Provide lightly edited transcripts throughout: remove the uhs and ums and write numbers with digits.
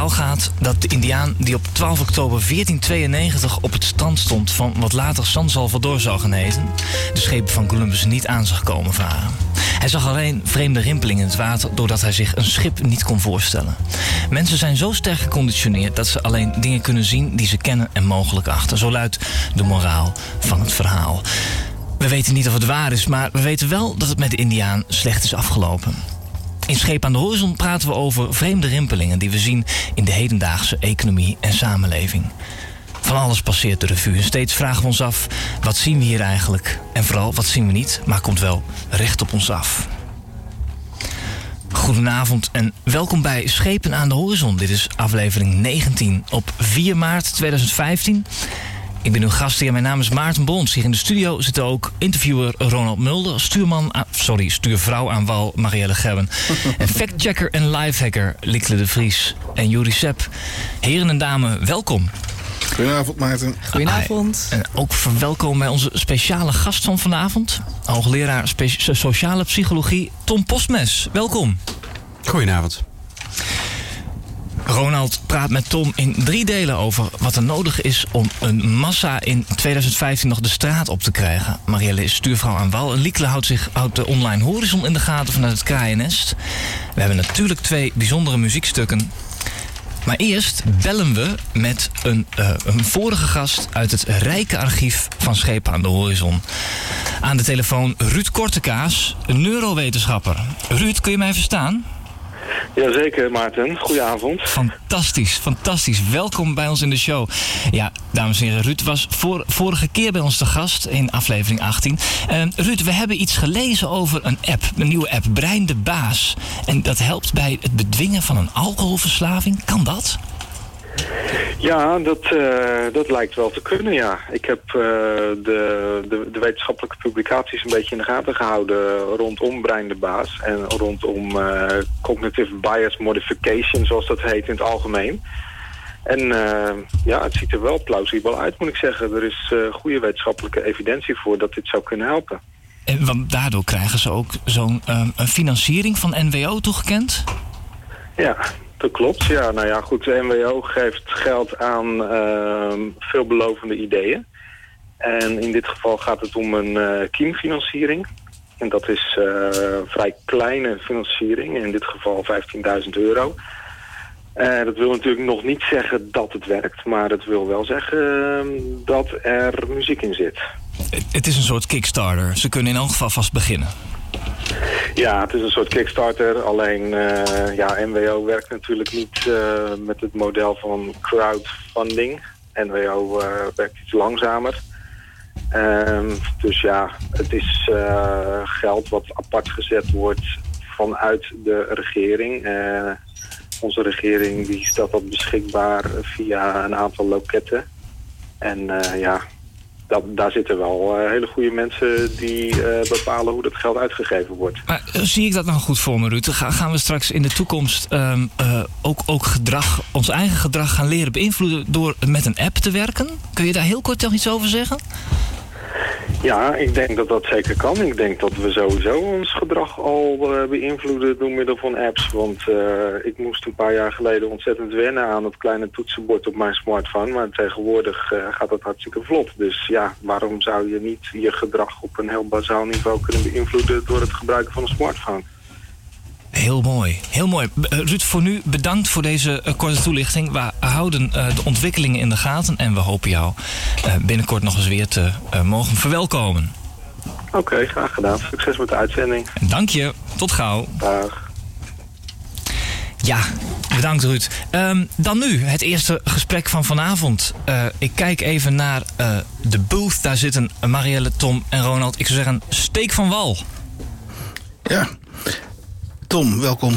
verhaal gaat dat de Indiaan die op 12 oktober 1492 op het strand stond van wat later San Salvador zou gaan heten, de schepen van Columbus niet aan zag komen varen. Hij zag alleen vreemde rimpelingen in het water doordat hij zich een schip niet kon voorstellen. Mensen zijn zo sterk geconditioneerd dat ze alleen dingen kunnen zien die ze kennen en mogelijk achten. Zo luidt de moraal van het verhaal. We weten niet of het waar is, maar we weten wel dat het met de Indiaan slecht is afgelopen. In Scheep aan de Horizon praten we over vreemde rimpelingen die we zien in de hedendaagse economie en samenleving. Van alles passeert de revue en steeds vragen we ons af, wat zien we hier eigenlijk? En vooral, wat zien we niet, maar komt wel recht op ons af. Goedenavond en welkom bij Schepen aan de Horizon. Dit is aflevering 19 op 4 maart 2015. Ik ben uw gastheer, mijn naam is Maarten Bons. Hier in de studio zitten ook interviewer Ronald Mulder, stuurvrouw aan wal Marielle Gerben en factchecker en lifehacker Likle de Vries en Juri Sepp. Heren en dames, welkom. Goedenavond, Maarten. Goedenavond. En ook verwelkom bij onze speciale gast van vanavond, hoogleraar sociale psychologie Tom Postmes. Welkom. Goedenavond. Ronald praat met Tom in 3 delen over wat er nodig is om een massa in 2015 nog de straat op te krijgen. Marielle is stuurvrouw aan wal en Likle houdt de online horizon in de gaten vanuit het Kraaiennest. We hebben natuurlijk 2 bijzondere muziekstukken. Maar eerst bellen we met een vorige gast uit het rijke archief van Schepen aan de Horizon. Aan de telefoon Ruud Kortekaas, een neurowetenschapper. Ruud, kun je mij verstaan? Jazeker, Maarten. Goedenavond. Fantastisch. Welkom bij ons in de show. Ja, dames en heren, Ruud was vorige keer bij ons te gast in aflevering 18. Ruud, we hebben iets gelezen over een nieuwe app, Brein de Baas. En dat helpt bij het bedwingen van een alcoholverslaving. Kan dat? Ja, dat lijkt wel te kunnen, ja. Ik heb de wetenschappelijke publicaties een beetje in de gaten gehouden rondom Brein de Baas en rondom cognitive bias modification, zoals dat heet in het algemeen. En het ziet er wel plausibel uit, moet ik zeggen. Er is goede wetenschappelijke evidentie voor dat dit zou kunnen helpen. En daardoor krijgen ze ook zo'n een financiering van NWO toegekend? Ja, dat klopt. Ja, nou ja, goed. De NWO geeft geld aan veelbelovende ideeën. En in dit geval gaat het om een kiemfinanciering. En dat is vrij kleine financiering. In dit geval €15.000. Dat wil natuurlijk nog niet zeggen dat het werkt. Maar het wil wel zeggen dat er muziek in zit. Het is een soort Kickstarter. Ze kunnen in elk geval vast beginnen. Ja, het is een soort Kickstarter. Alleen, NWO werkt natuurlijk niet met het model van crowdfunding. NWO werkt iets langzamer. Dus ja, het is geld wat apart gezet wordt vanuit de regering. Onze regering die stelt dat beschikbaar via een aantal loketten. En daar zitten wel hele goede mensen die bepalen hoe dat geld uitgegeven wordt. Maar zie ik dat nou goed voor me, Ruud? Gaan we straks in de toekomst ook ons eigen gedrag gaan leren beïnvloeden door met een app te werken? Kun je daar heel kort nog iets over zeggen? Ja, ik denk dat dat zeker kan. Ik denk dat we sowieso ons gedrag al beïnvloeden door middel van apps. Want ik moest een paar jaar geleden ontzettend wennen aan het kleine toetsenbord op mijn smartphone. Maar tegenwoordig gaat dat hartstikke vlot. Dus ja, waarom zou je niet je gedrag op een heel bazaal niveau kunnen beïnvloeden door het gebruiken van een smartphone? Heel mooi. Ruud, voor nu bedankt voor deze korte toelichting. We houden de ontwikkelingen in de gaten en we hopen jou binnenkort nog eens weer te mogen verwelkomen. Oké, graag gedaan. Succes met de uitzending. Dank je. Tot gauw. Dag. Ja, bedankt Ruud. Dan nu het eerste gesprek van vanavond. Ik kijk even naar de booth. Daar zitten Marielle, Tom en Ronald. Ik zou zeggen, steek van wal. Ja. Tom, welkom.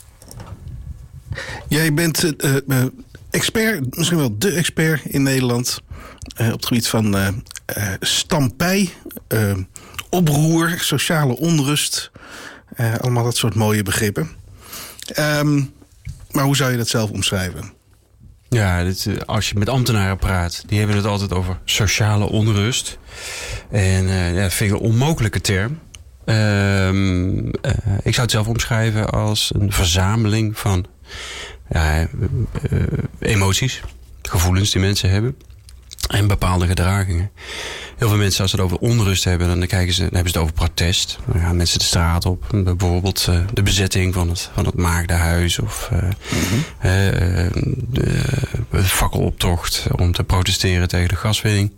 Jij bent expert, misschien wel de expert in Nederland op het gebied van stampij, oproer, sociale onrust. Allemaal dat soort mooie begrippen. Maar hoe zou je dat zelf omschrijven? Ja, als je met ambtenaren praat, die hebben het altijd over sociale onrust. En dat vind ik een onmogelijke term. Ik zou het zelf omschrijven als een verzameling van emoties, gevoelens die mensen hebben. En bepaalde gedragingen. Heel veel mensen, als ze het over onrust hebben, dan hebben ze het over protest. Dan gaan mensen de straat op. Bijvoorbeeld de bezetting van het Maagdenhuis. Of de fakkeloptocht om te protesteren tegen de gaswinning.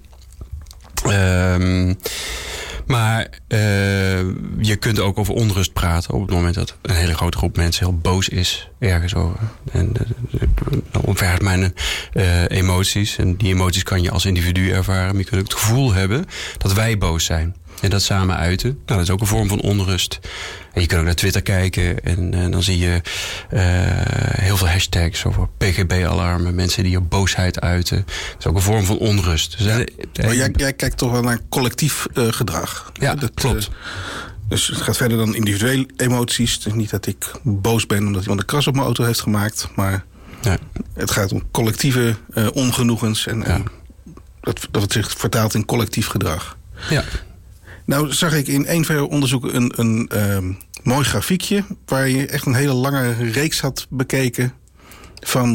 Maar je kunt ook over onrust praten op het moment dat een hele grote groep mensen heel boos is ergens over. En dan ontvergt mijn emoties. En die emoties kan je als individu ervaren. Maar je kunt ook het gevoel hebben dat wij boos zijn. En dat samen uiten. Nou, dat is ook een vorm van onrust. En je kunt ook naar Twitter kijken. En dan zie je heel veel hashtags over PGB-alarmen. Mensen die op boosheid uiten. Dat is ook een vorm van onrust. Dus maar jij kijkt toch wel naar collectief gedrag. Ja, dat klopt. Dus het gaat verder dan individuele emoties. Het is niet dat ik boos ben omdat iemand een kras op mijn auto heeft gemaakt. Maar het gaat om collectieve ongenoegens. En dat het zich vertaalt in collectief gedrag. Ja. Nou zag ik in een van jouw onderzoeken een mooi grafiekje... waar je echt een hele lange reeks had bekeken van...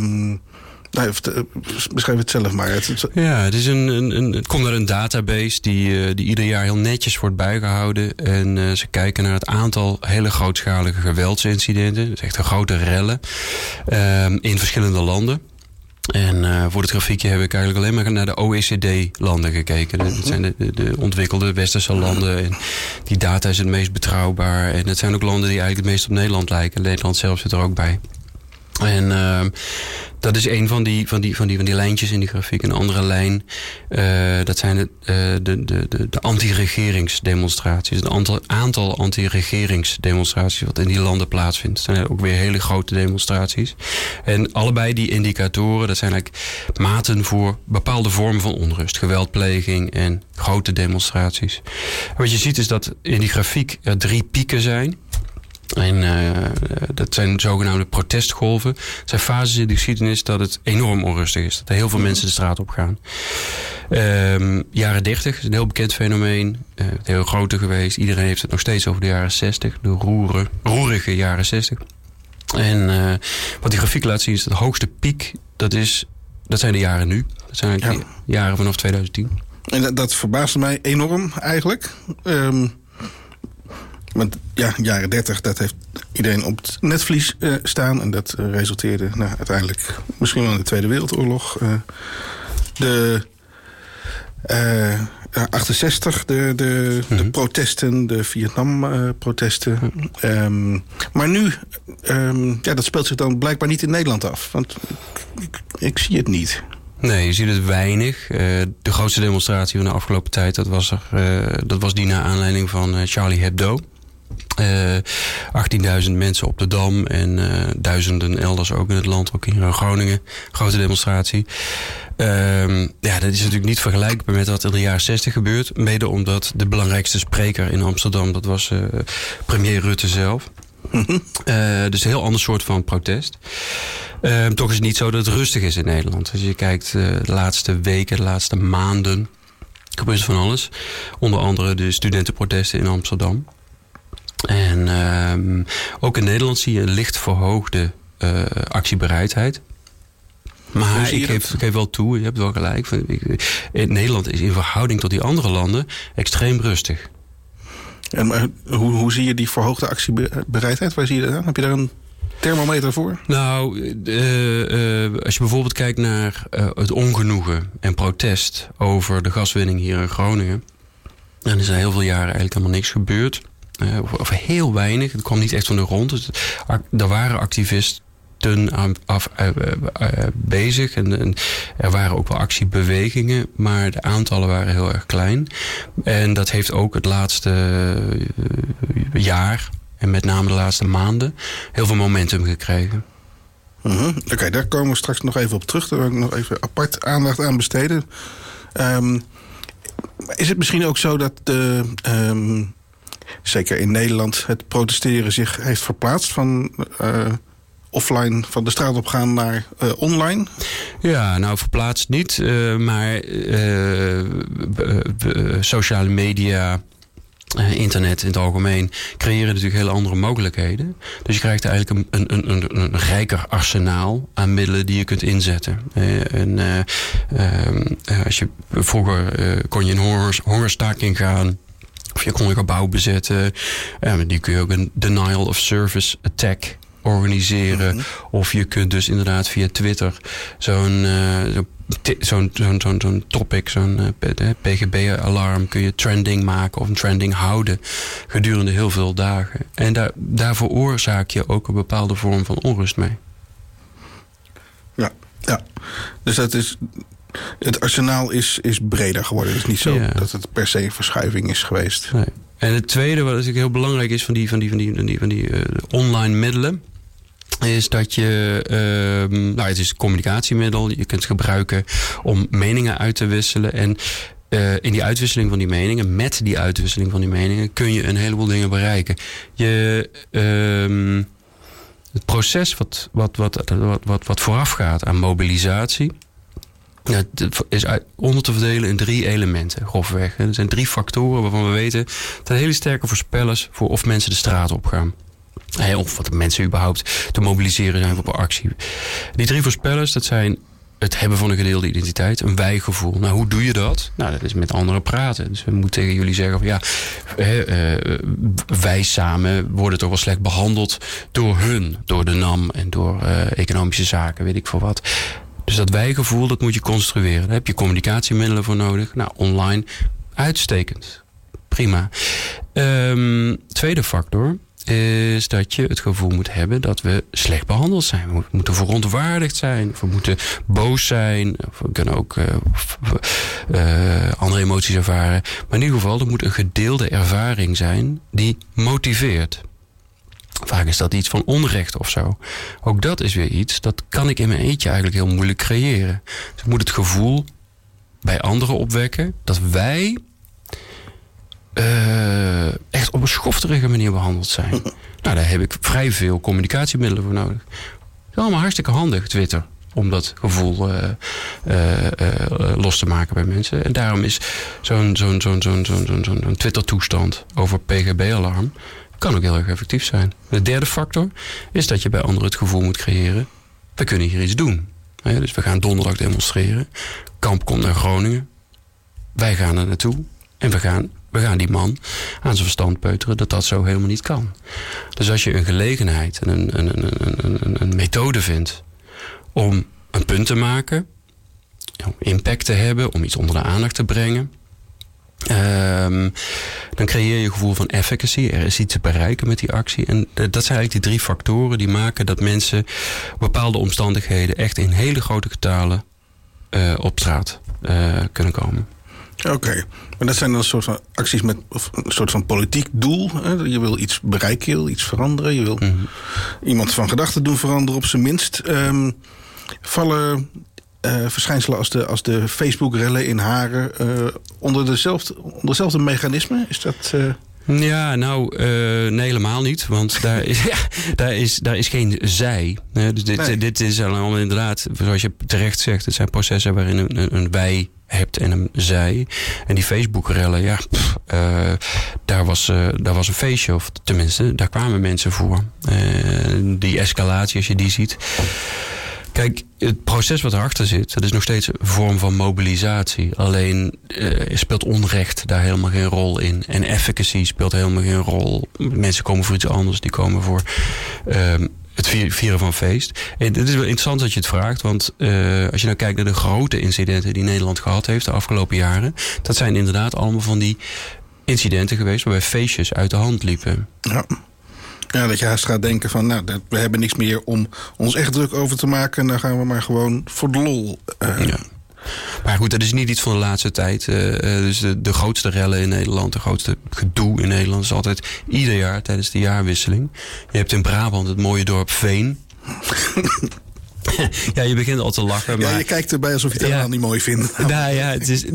beschrijf het zelf maar. Het is het komt uit een database die ieder jaar heel netjes wordt bijgehouden. En ze kijken naar het aantal hele grootschalige geweldsincidenten. Dus echt grote rellen in verschillende landen. En voor het grafiekje heb ik eigenlijk alleen maar naar de OECD-landen gekeken. Dat zijn de ontwikkelde westerse landen. En die data is het meest betrouwbaar. En het zijn ook landen die eigenlijk het meest op Nederland lijken. Nederland zelf zit er ook bij. En dat is een van die lijntjes in die grafiek. Een andere lijn, dat zijn de anti-regeringsdemonstraties. Het aantal anti-regeringsdemonstraties wat in die landen plaatsvindt. Dat zijn ook weer hele grote demonstraties. En allebei die indicatoren, dat zijn eigenlijk maten voor bepaalde vormen van onrust. Geweldpleging en grote demonstraties. En wat je ziet is dat in die grafiek er 3 pieken zijn. En dat zijn zogenaamde protestgolven. Het zijn fases in de geschiedenis dat het enorm onrustig is. Dat er heel veel mensen de straat op gaan. Jaren 30 is een heel bekend fenomeen. Heel groter geweest. Iedereen heeft het nog steeds over de jaren 60. De roerige jaren 60. En wat die grafiek laat zien is dat de hoogste piek, dat zijn de jaren nu. Dat zijn eigenlijk de jaren vanaf 2010. En dat verbaasde mij enorm eigenlijk. Want jaren 30, dat heeft iedereen op het netvlies staan. En dat resulteerde uiteindelijk misschien wel in de Tweede Wereldoorlog. De 68, de protesten, de Vietnam-protesten. Maar nu, dat speelt zich dan blijkbaar niet in Nederland af. Want ik zie het niet. Nee, je ziet het weinig. De grootste demonstratie van de afgelopen tijd, dat was die naar aanleiding van Charlie Hebdo. 18.000 mensen op de Dam en duizenden elders ook in het land, ook hier in Groningen. Grote demonstratie. Dat is natuurlijk niet vergelijkbaar met wat in de jaren 60 gebeurt. Mede omdat de belangrijkste spreker in Amsterdam, dat was premier Rutte zelf. Dus een heel ander soort van protest. Toch is het niet zo dat het rustig is in Nederland. Als je kijkt de laatste weken, de laatste maanden, gebeurt er van alles. Onder andere de studentenprotesten in Amsterdam. En ook in Nederland zie je een licht verhoogde actiebereidheid. Maar ik geef wel toe, je hebt wel gelijk. Nederland is in verhouding tot die andere landen extreem rustig. En hoe zie je die verhoogde actiebereidheid? Waar zie je dat aan? Heb je daar een thermometer voor? Nou, als je bijvoorbeeld kijkt naar het ongenoegen en protest over de gaswinning hier in Groningen, dan is er heel veel jaren eigenlijk helemaal niks gebeurd. Of heel weinig. Het kwam niet echt van de grond. Dus er waren activisten bezig. En er waren ook wel actiebewegingen. Maar de aantallen waren heel erg klein. En dat heeft ook het laatste jaar, en met name de laatste maanden, heel veel momentum gekregen. Oké, daar komen we straks nog even op terug. Daar wil ik nog even apart aandacht aan besteden. Is het misschien ook zo dat zeker in Nederland het protesteren zich heeft verplaatst van offline, van de straat op gaan naar online? Ja, nou verplaatst niet, maar sociale media internet in het algemeen creëren natuurlijk hele andere mogelijkheden. Dus je krijgt eigenlijk een rijker arsenaal aan middelen die je kunt inzetten. Als je vroeger kon je in hongerstaking gaan. Of je kon een gebouw bezetten. Die kun je ook een denial of service attack organiseren. Mm-hmm. Of je kunt dus inderdaad via Twitter zo'n topic, zo'n PGB-alarm kun je trending maken of een trending houden gedurende heel veel dagen. En daar veroorzaak je ook een bepaalde vorm van onrust mee. Ja. Dus dat is... Het arsenaal is breder geworden. Het is niet zo dat het per se een verschuiving is geweest. Nee. En het tweede, wat natuurlijk heel belangrijk is van die online middelen, is dat je... het is een communicatiemiddel. Je kunt het gebruiken om meningen uit te wisselen. En in die uitwisseling van die meningen, met die uitwisseling van die meningen, kun je een heleboel dingen bereiken. Het proces wat voorafgaat aan mobilisatie, is onder te verdelen in 3 elementen, grofweg. Er zijn 3 factoren waarvan we weten dat zijn hele sterke voorspellers voor of mensen de straat op gaan. Of wat de mensen überhaupt te mobiliseren zijn voor actie. Die 3 voorspellers, dat zijn het hebben van een gedeelde identiteit, een wij-gevoel. Nou, hoe doe je dat? Nou, dat is met anderen praten. Dus we moeten tegen jullie zeggen wij samen worden toch wel slecht behandeld door hun, door de NAM en door economische zaken, weet ik veel wat. Dus dat wij-gevoel, dat moet je construeren. Daar heb je communicatiemiddelen voor nodig. Nou, online, uitstekend. Prima. Tweede factor is dat je het gevoel moet hebben dat we slecht behandeld zijn. We moeten verontwaardigd zijn. Of we moeten boos zijn. Of we kunnen ook andere emoties ervaren. Maar in ieder geval, er moet een gedeelde ervaring zijn die motiveert. Vaak is dat iets van onrecht of zo. Ook dat is weer iets, dat kan ik in mijn eentje eigenlijk heel moeilijk creëren. Dus ik moet het gevoel bij anderen opwekken dat wij echt op een schofterige manier behandeld zijn. Nou, daar heb ik vrij veel communicatiemiddelen voor nodig. Het is allemaal hartstikke handig, Twitter, om dat gevoel los te maken bij mensen. En daarom is zo'n Twitter-toestand over PGB-alarm kan ook heel erg effectief zijn. De derde factor is dat je bij anderen het gevoel moet creëren, we kunnen hier iets doen. Dus we gaan donderdag demonstreren. Kamp komt naar Groningen. Wij gaan er naartoe. En we gaan die man aan zijn verstand peuteren dat zo helemaal niet kan. Dus als je een gelegenheid en een methode vindt om een punt te maken, om impact te hebben, om iets onder de aandacht te brengen, dan creëer je een gevoel van efficacy. Er is iets te bereiken met die actie. En dat zijn eigenlijk die 3 factoren die maken dat mensen bepaalde omstandigheden echt in hele grote getalen op straat kunnen komen. Oké. Maar dat zijn dan een soort van acties met een soort van politiek doel. Hè? Je wil iets bereiken, je wil iets veranderen. Je wil iemand van gedachten doen veranderen op zijn minst. Vallen verschijnselen als de Facebook-rellen in Haren onder dezelfde mechanisme? Is dat... Ja, nee, helemaal niet. Want daar is geen zij. Dus dit is allemaal inderdaad, zoals je terecht zegt, het zijn processen waarin een wij hebt en een zij. En die Facebook-rellen, daar was een feestje. Of tenminste, daar kwamen mensen voor. Die escalatie, als je die ziet. Kijk, het proces wat erachter zit, dat is nog steeds een vorm van mobilisatie. Alleen speelt onrecht daar helemaal geen rol in. En efficacy speelt helemaal geen rol. Mensen komen voor iets anders, die komen voor het vieren van feest. En het is wel interessant dat je het vraagt, want als je nou kijkt naar de grote incidenten die Nederland gehad heeft de afgelopen jaren, dat zijn inderdaad allemaal van die incidenten geweest waarbij feestjes uit de hand liepen. Ja, dat je haast gaat denken van, we hebben niks meer om ons echt druk over te maken. Dan gaan we maar gewoon voor de lol. Ja. Maar goed, dat is niet iets van de laatste tijd. Dus de grootste rellen in Nederland, de grootste gedoe in Nederland is altijd ieder jaar tijdens de jaarwisseling. Je hebt in Brabant het mooie dorp Veen. Ja, je begint al te lachen. Maar... Ja, je kijkt erbij alsof je het helemaal niet mooi vindt. Nou ja, het is...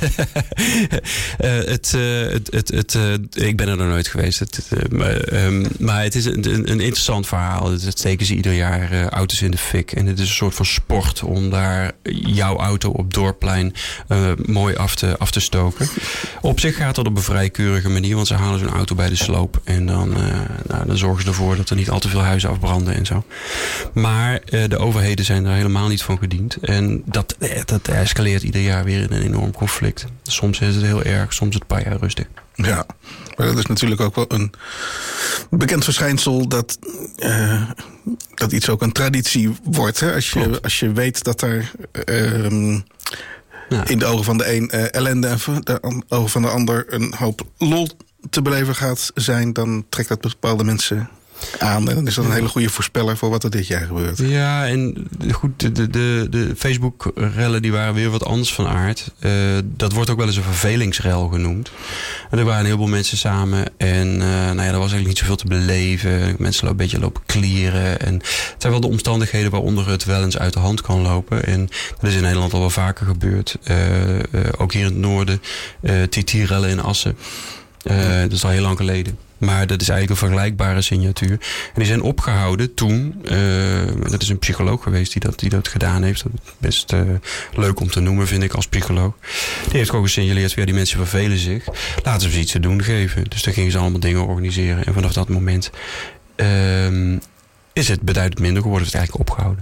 ik ben er nog nooit geweest. Maar het is een interessant verhaal. Het steken ze ieder jaar auto's in de fik. En het is een soort van sport om daar jouw auto op Dorpplein mooi af te stoken. Op zich gaat dat op een vrij keurige manier. Want ze halen zo'n auto bij de sloop. En dan zorgen ze ervoor dat er niet al te veel huizen afbranden en zo. Maar de overheden zijn daar helemaal niet van gediend. En dat escaleert ieder jaar weer in een enorm conflict. Soms is het heel erg, soms een paar jaar rustig. Ja, maar dat is natuurlijk ook wel een bekend verschijnsel dat iets ook een traditie wordt. Hè? Als je weet dat er in de ogen van de een ellende en de ogen van de ander een hoop lol te beleven gaat zijn, dan trekt dat bepaalde mensen aan. En dan is dat een hele goede voorspeller voor wat er dit jaar gebeurt. Ja, en goed, de Facebook-rellen die waren weer wat anders van aard. Dat wordt ook wel eens een vervelingsrel genoemd. En er waren een heleboel mensen samen. En er was eigenlijk niet zoveel te beleven. Mensen een beetje lopen klieren. En het zijn wel de omstandigheden waaronder het wel eens uit de hand kan lopen. En dat is in Nederland al wel vaker gebeurd. Ook hier in het noorden. TT-rellen in Assen. Dat is al heel lang geleden. Maar dat is eigenlijk een vergelijkbare signatuur. En die zijn opgehouden toen. Dat is een psycholoog geweest die dat gedaan heeft. Dat is best leuk om te noemen, vind ik, als psycholoog. Die heeft gewoon gesignaleerd, die mensen vervelen zich. Laten we ze iets te doen geven. Dus dan gingen ze allemaal dingen organiseren. En vanaf dat moment is het beduidend minder geworden. Is het eigenlijk opgehouden.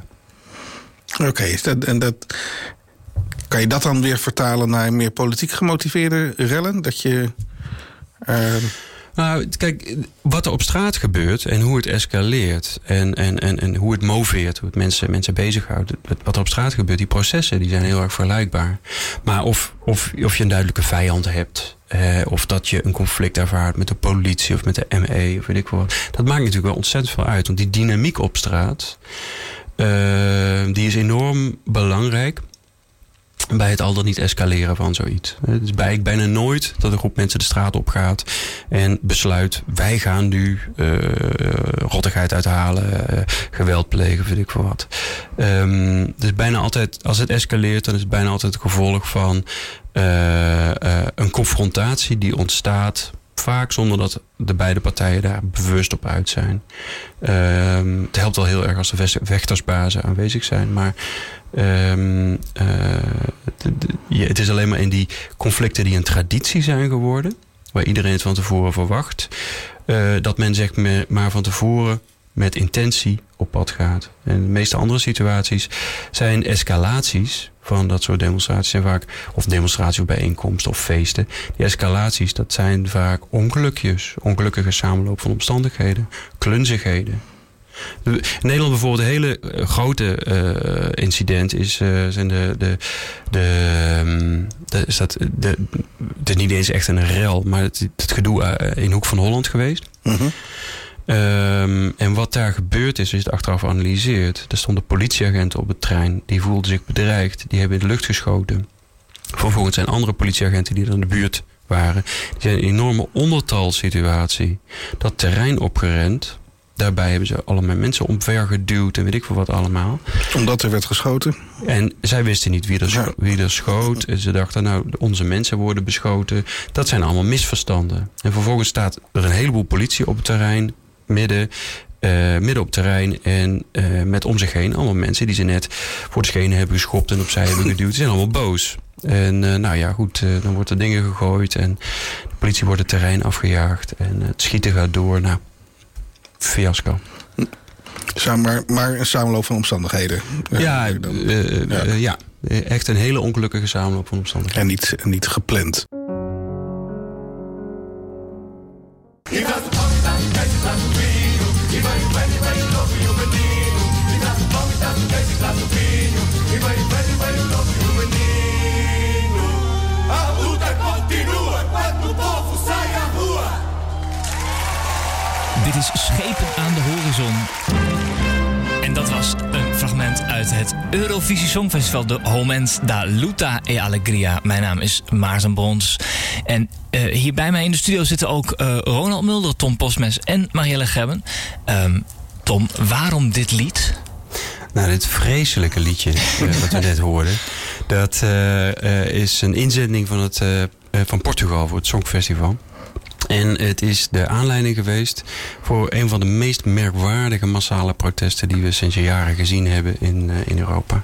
Oké, kan je dat dan weer vertalen naar meer politiek gemotiveerde rellen? Dat je... Nou, kijk, wat er op straat gebeurt en hoe het escaleert en hoe het moveert, hoe het mensen bezighoudt. Wat er op straat gebeurt, die processen, die zijn heel erg vergelijkbaar. Maar of je een duidelijke vijand hebt, of dat je een conflict ervaart met de politie of met de ME of weet ik wat. Dat maakt natuurlijk wel ontzettend veel uit. Want die dynamiek op straat, die is enorm belangrijk bij het al dan niet escaleren van zoiets. Het is bijna nooit dat een groep mensen de straat op gaat en besluit, wij gaan nu rottigheid uithalen, geweld plegen, weet ik veel wat. Dus bijna altijd, als het escaleert, dan is het bijna altijd het gevolg van een confrontatie die ontstaat, vaak zonder dat de beide partijen daar bewust op uit zijn. Het helpt wel heel erg als de vechtersbazen aanwezig zijn, maar het is alleen maar in die conflicten die een traditie zijn geworden, waar iedereen het van tevoren verwacht, dat men zeg maar van tevoren met intentie op pad gaat. En de meeste andere situaties zijn escalaties van dat soort demonstraties zijn vaak, of demonstraties of bijeenkomsten of feesten. Die escalaties, dat zijn vaak ongelukkige samenloop van omstandigheden, klunzigheden. In Nederland bijvoorbeeld een hele grote incident zijn het is niet eens echt een rel, maar het gedoe in Hoek van Holland geweest. Mm-hmm. En wat daar gebeurd is, als je het achteraf analyseert, er stonden politieagenten op het trein, die voelden zich bedreigd, die hebben in de lucht geschoten. Vervolgens zijn andere politieagenten die er in de buurt waren, die zijn in een enorme ondertalsituatie dat terrein opgerend. Daarbij hebben ze allemaal mensen omvergeduwd en weet ik veel wat allemaal. Omdat er werd geschoten? En zij wisten niet wie er schoot. En ze dachten, onze mensen worden beschoten. Dat zijn allemaal misverstanden. En vervolgens staat er een heleboel politie op het terrein, midden op het terrein. En met om zich heen allemaal mensen die ze net voor de schenen hebben geschopt en opzij hebben geduwd. Ze zijn allemaal boos. En dan wordt er dingen gegooid en de politie wordt het terrein afgejaagd. En het schieten gaat door. Fiasco. Maar een samenloop van omstandigheden. Ja, echt een hele ongelukkige samenloop van omstandigheden. En niet gepland. Dit is Schepen aan de horizon. En dat was een fragment uit het Eurovisie Songfestival, de Moment da Luta e Allegria. Mijn naam is Maarten Brons. En hier bij mij in de studio zitten ook Ronald Mulder, Tom Postmes en Marielle Gebben. Tom, waarom dit lied? Nou, dit vreselijke liedje wat we net hoorden, dat is een inzending van Portugal voor het Songfestival. En het is de aanleiding geweest voor een van de meest merkwaardige massale protesten die we sinds jaren gezien hebben in Europa.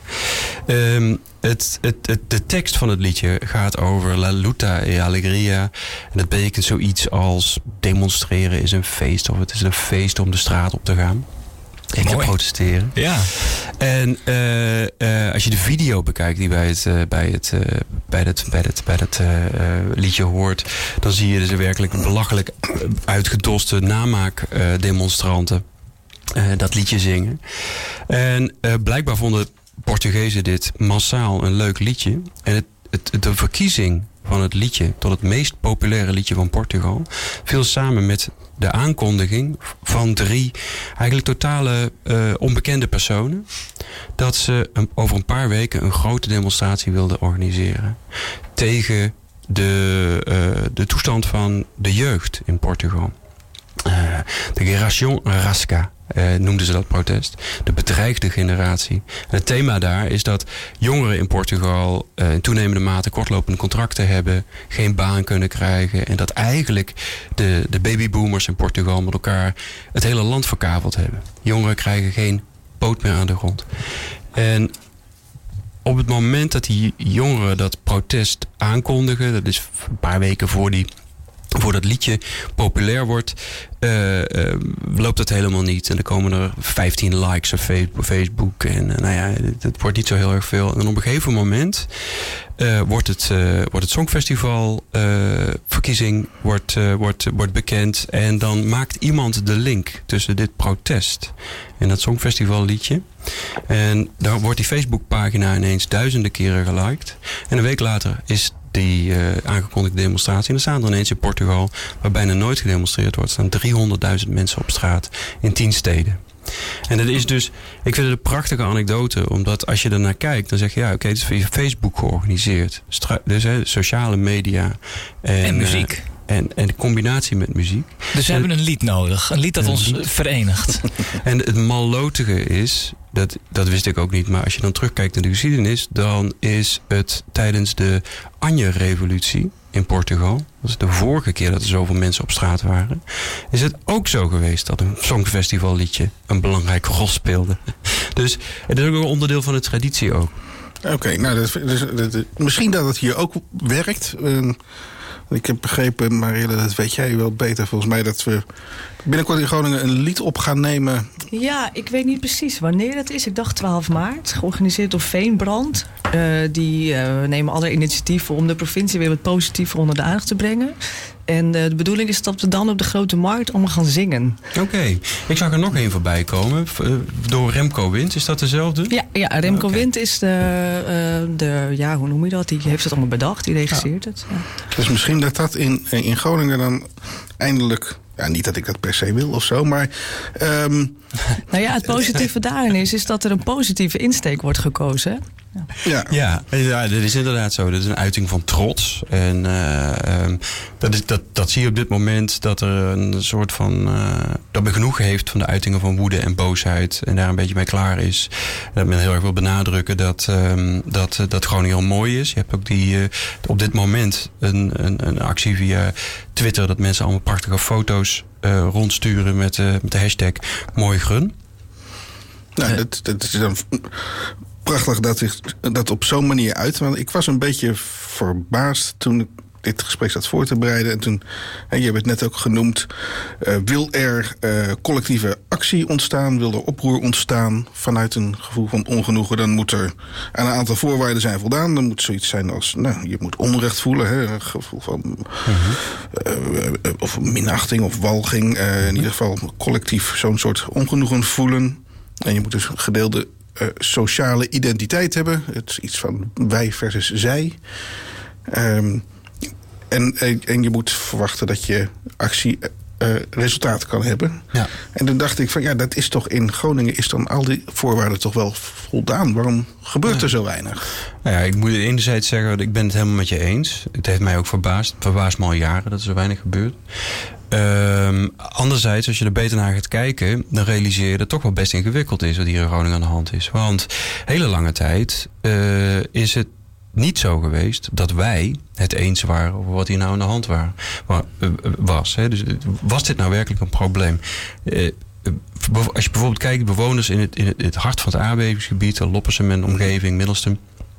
De tekst van het liedje gaat over La luta e alegria. En dat betekent zoiets als demonstreren is een feest, of het is een feest om de straat op te gaan. En te protesteren. Ja. En als je de video bekijkt die bij het liedje hoort, dan zie je dus werkelijk belachelijk uitgedoste namaakdemonstranten dat liedje zingen. En blijkbaar vonden Portugezen dit massaal een leuk liedje. En de verkiezing van het liedje tot het meest populaire liedje van Portugal viel samen met de aankondiging van 3 eigenlijk totale onbekende personen dat ze over een paar weken een grote demonstratie wilden organiseren tegen de toestand van de jeugd in Portugal. De Geração Rasca noemden ze dat protest. De bedreigde generatie. En het thema daar is dat jongeren in Portugal in toenemende mate kortlopende contracten hebben, geen baan kunnen krijgen en dat eigenlijk de babyboomers in Portugal met elkaar het hele land verkaveld hebben. Jongeren krijgen geen poot meer aan de grond. En op het moment dat die jongeren dat protest aankondigen, dat is een paar weken voor dat liedje populair wordt, loopt dat helemaal niet. En er komen er 15 likes op Facebook. En het wordt niet zo heel erg veel. En op een gegeven moment wordt het Songfestival verkiezing wordt bekend. En dan maakt iemand de link tussen dit protest en dat Songfestival liedje. En dan wordt die Facebookpagina ineens duizenden keren geliked. En een week later is die aangekondigde demonstratie. En dan staan er ineens in Portugal, waar bijna nooit gedemonstreerd wordt, staan 300.000 mensen op straat in 10 steden. En dat is dus, ik vind het een prachtige anekdote, omdat als je ernaar kijkt, dan zeg je, ja, oké, het is via Facebook georganiseerd. Dus sociale media. En muziek. En de combinatie met muziek. Dus we hebben een lied nodig. Een lied dat ons verenigt. En het mallotige is, dat wist ik ook niet, maar als je dan terugkijkt naar de geschiedenis, dan is het tijdens de Anje-revolutie in Portugal, dat is de vorige keer dat er zoveel mensen op straat waren, is het ook zo geweest dat een songfestivalliedje een belangrijke rol speelde. Dus het is ook een onderdeel van de traditie ook. Oké, nou, misschien dat het hier ook werkt. Ik heb begrepen, Marielle, dat weet jij wel beter volgens mij, dat we binnenkort in Groningen een lied op gaan nemen. Ja, ik weet niet precies wanneer dat is. Ik dacht 12 maart, georganiseerd door Veenbrand. Die nemen alle initiatieven om de provincie weer wat positiever onder de aandacht te brengen. En de bedoeling is dat we dan op de Grote Markt allemaal gaan zingen. Oké. Ik zag er nog één voorbij komen. Door Remco Wind. Is dat dezelfde? Ja, Remco Wind is de hoe noem je dat? Die heeft het allemaal bedacht. Die regisseert het. Ja. Dus misschien dat in Groningen dan eindelijk... Ja, niet dat ik dat per se wil of zo, maar... Nou ja, het positieve daarin is dat er een positieve insteek wordt gekozen. Ja, dat is inderdaad zo. Dat is een uiting van trots. En dat zie je op dit moment, dat er een soort van... dat men genoeg heeft van de uitingen van woede en boosheid. En daar een beetje mee klaar is. Dat men heel erg wil benadrukken dat gewoon heel mooi is. Je hebt ook op dit moment een actie via Twitter, dat mensen allemaal prachtige foto's rondsturen met de hashtag Mooi Grun. Nou, dat is dan prachtig dat zich dat op zo'n manier uit. Want ik was een beetje verbaasd toen ik dit gesprek zat voor te bereiden. En toen, je hebt het net ook genoemd, wil er collectieve actie ontstaan, wil er oproer ontstaan vanuit een gevoel van ongenoegen, dan moet er aan een aantal voorwaarden zijn voldaan. Dan moet zoiets zijn als, je moet onrecht voelen, een gevoel van of minachting of walging. In ieder geval collectief zo'n soort ongenoegen voelen. En je moet dus gedeelde sociale identiteit hebben. Het is iets van wij versus zij. En je moet verwachten dat je actie resultaat kan hebben. Ja. En dan dacht ik van, dat is toch in Groningen, is dan al die voorwaarden toch wel voldaan? Waarom gebeurt er zo weinig? Nou ja, ik moet enerzijds zeggen, ik ben het helemaal met je eens. Het heeft mij ook verbaasd. Het verbaast me al jaren dat er zo weinig gebeurt. Anderzijds, als je er beter naar gaat kijken, dan realiseer je dat het toch wel best ingewikkeld is wat hier in Groningen aan de hand is. Want hele lange tijd is het niet zo geweest dat wij het eens waren over wat hier nou aan de hand was. Hè. Dus was dit nou werkelijk een probleem? Als je bijvoorbeeld kijkt, bewoners in het hart van het aardbevingsgebied, Loppersum en omgeving, Middelstum.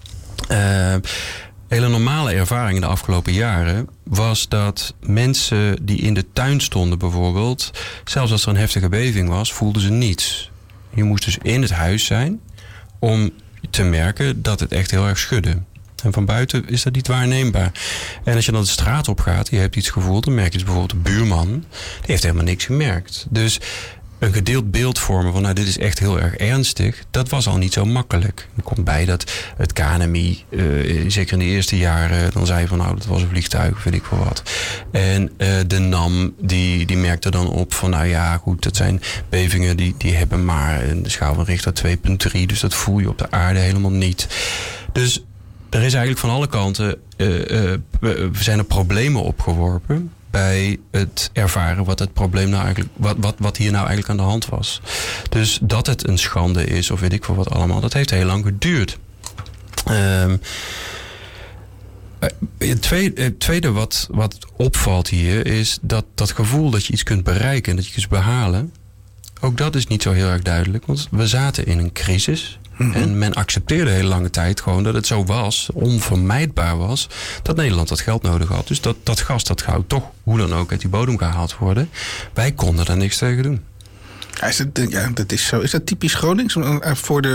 Hele normale ervaring in de afgelopen jaren was dat mensen die in de tuin stonden bijvoorbeeld, zelfs als er een heftige beving was, voelden ze niets. Je moest dus in het huis zijn om te merken dat het echt heel erg schudde. En van buiten is dat niet waarneembaar. En als je dan de straat op gaat, je hebt iets gevoeld, dan merk je dus bijvoorbeeld de buurman, die heeft helemaal niks gemerkt. Dus een gedeeld beeld vormen van, nou, dit is echt heel erg ernstig, dat was al niet zo makkelijk. Er komt bij dat het KNMI, zeker in de eerste jaren, dan zei van, nou, dat was een vliegtuig, weet ik veel wat. En de NAM, die merkte dan op van, nou ja, goed, dat zijn bevingen die hebben maar een schaal van Richter 2,3, dus dat voel je op de aarde helemaal niet. Dus er is eigenlijk van alle kanten, zijn er problemen opgeworpen bij het ervaren wat het probleem nou eigenlijk, wat hier nou eigenlijk aan de hand was. Dus dat het een schande is, of weet ik veel wat allemaal, dat heeft heel lang geduurd. Het tweede wat opvalt hier is dat gevoel dat je iets kunt bereiken en dat je iets behalen. Ook dat is niet zo heel erg duidelijk, want we zaten in een crisis. En men accepteerde heel lange tijd gewoon dat het zo was, onvermijdbaar was, dat Nederland dat geld nodig had. Dus dat gas, dat zou toch hoe dan ook uit die bodem gehaald worden. Wij konden daar niks tegen doen. Ja, dat is zo. Is dat typisch Gronings om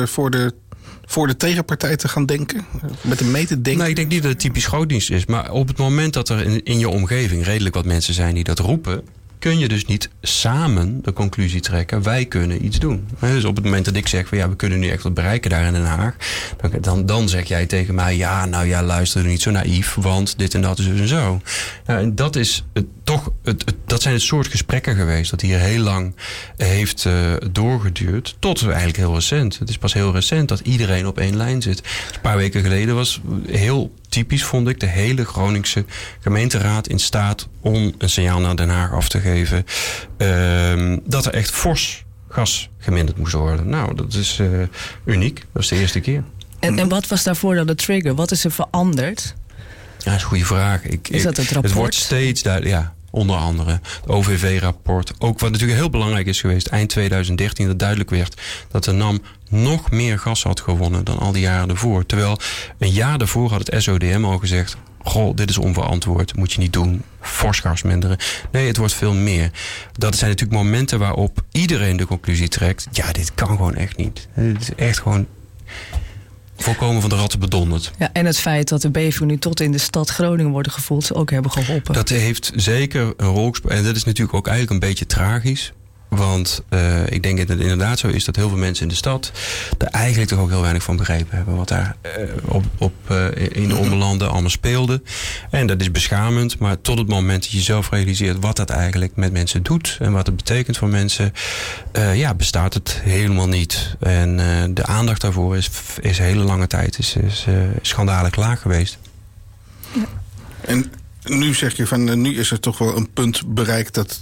voor de tegenpartij te gaan denken? Met een mee te denken? Nou, ik denk niet dat het typisch Gronings is. Maar op het moment dat er in je omgeving redelijk wat mensen zijn die dat roepen, kun je dus niet samen de conclusie trekken, wij kunnen iets doen. Dus op het moment dat ik zeg van ja, we kunnen nu echt wat bereiken daar in Den Haag, dan zeg jij tegen mij, ja, nou ja, luister, niet zo naïef, want dit en dat is dus en zo. Nou, en dat is dat zijn het soort gesprekken geweest dat hier heel lang heeft doorgeduurd, tot eigenlijk heel recent. Het is pas heel recent dat iedereen op één lijn zit. Dus een paar weken geleden was heel typisch, vond ik, de hele Groningse gemeenteraad in staat om een signaal naar Den Haag af te geven dat er echt fors gas geminderd moest worden. Nou, dat is uniek. Dat is de eerste keer. En wat was daarvoor dan de trigger? Wat is er veranderd? Ja, dat is een goede vraag. Is dat het rapport? Het wordt steeds duidelijk, ja. Onder andere het OVV-rapport. Ook wat natuurlijk heel belangrijk is geweest, eind 2013, dat duidelijk werd dat de NAM nog meer gas had gewonnen dan al die jaren ervoor. Terwijl een jaar daarvoor had het SODM al gezegd, goh, dit is onverantwoord, moet je niet doen, fors gas minderen. Nee, het wordt veel meer. Dat zijn natuurlijk momenten waarop iedereen de conclusie trekt, ja, dit kan gewoon echt niet. Dit is echt gewoon volkomen van de ratten bedonderd. Ja, en het feit dat de bevingen nu tot in de stad Groningen worden gevoeld, ook hebben geholpen. Dat heeft zeker een rol gespeeld. En dat is natuurlijk ook eigenlijk een beetje tragisch. Want ik denk dat het inderdaad zo is dat heel veel mensen in de stad er eigenlijk toch ook heel weinig van begrepen hebben wat daar in de onderlanden allemaal speelde. En dat is beschamend, maar tot het moment dat je zelf realiseert wat dat eigenlijk met mensen doet en wat het betekent voor mensen, bestaat het helemaal niet. En de aandacht daarvoor is hele lange tijd is schandalig laag geweest. Ja. En nu zeg je van, nu is er toch wel een punt bereikt dat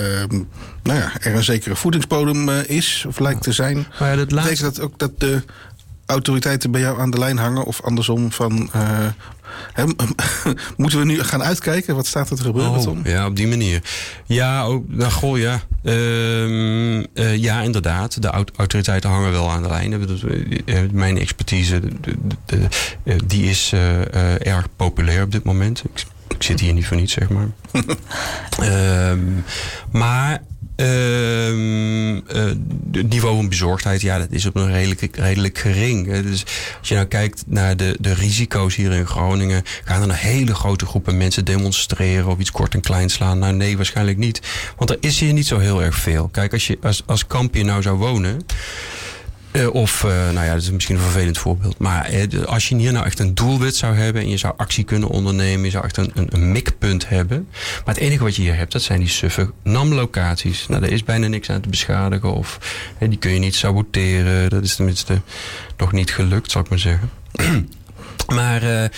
er een zekere voedingsbodem is, of lijkt te zijn. Maar ja, betekent dat ook dat de autoriteiten bij jou aan de lijn hangen? Of andersom van, moeten we nu gaan uitkijken? Wat staat er te gebeuren, Tom? Ja, op die manier. Ja, ja, inderdaad. De autoriteiten hangen wel aan de lijn. Mijn expertise, die is erg populair op dit moment. Ik zit hier niet voor niets, zeg maar. Maar het niveau van bezorgdheid, ja, dat is op een redelijk gering. Dus als je nou kijkt naar de risico's hier in Groningen, gaan er een hele grote groepen mensen demonstreren of iets kort en klein slaan? Nou, nee, waarschijnlijk niet. Want er is hier niet zo heel erg veel. Kijk, als je als kampier nou zou wonen, dat is misschien een vervelend voorbeeld. Maar als je hier nou echt een doelwit zou hebben en je zou actie kunnen ondernemen, je zou echt een mikpunt hebben. Maar het enige wat je hier hebt, dat zijn die suffe NAM-locaties. Nou, daar is bijna niks aan te beschadigen of die kun je niet saboteren. Dat is tenminste nog niet gelukt, zal ik maar zeggen. Maar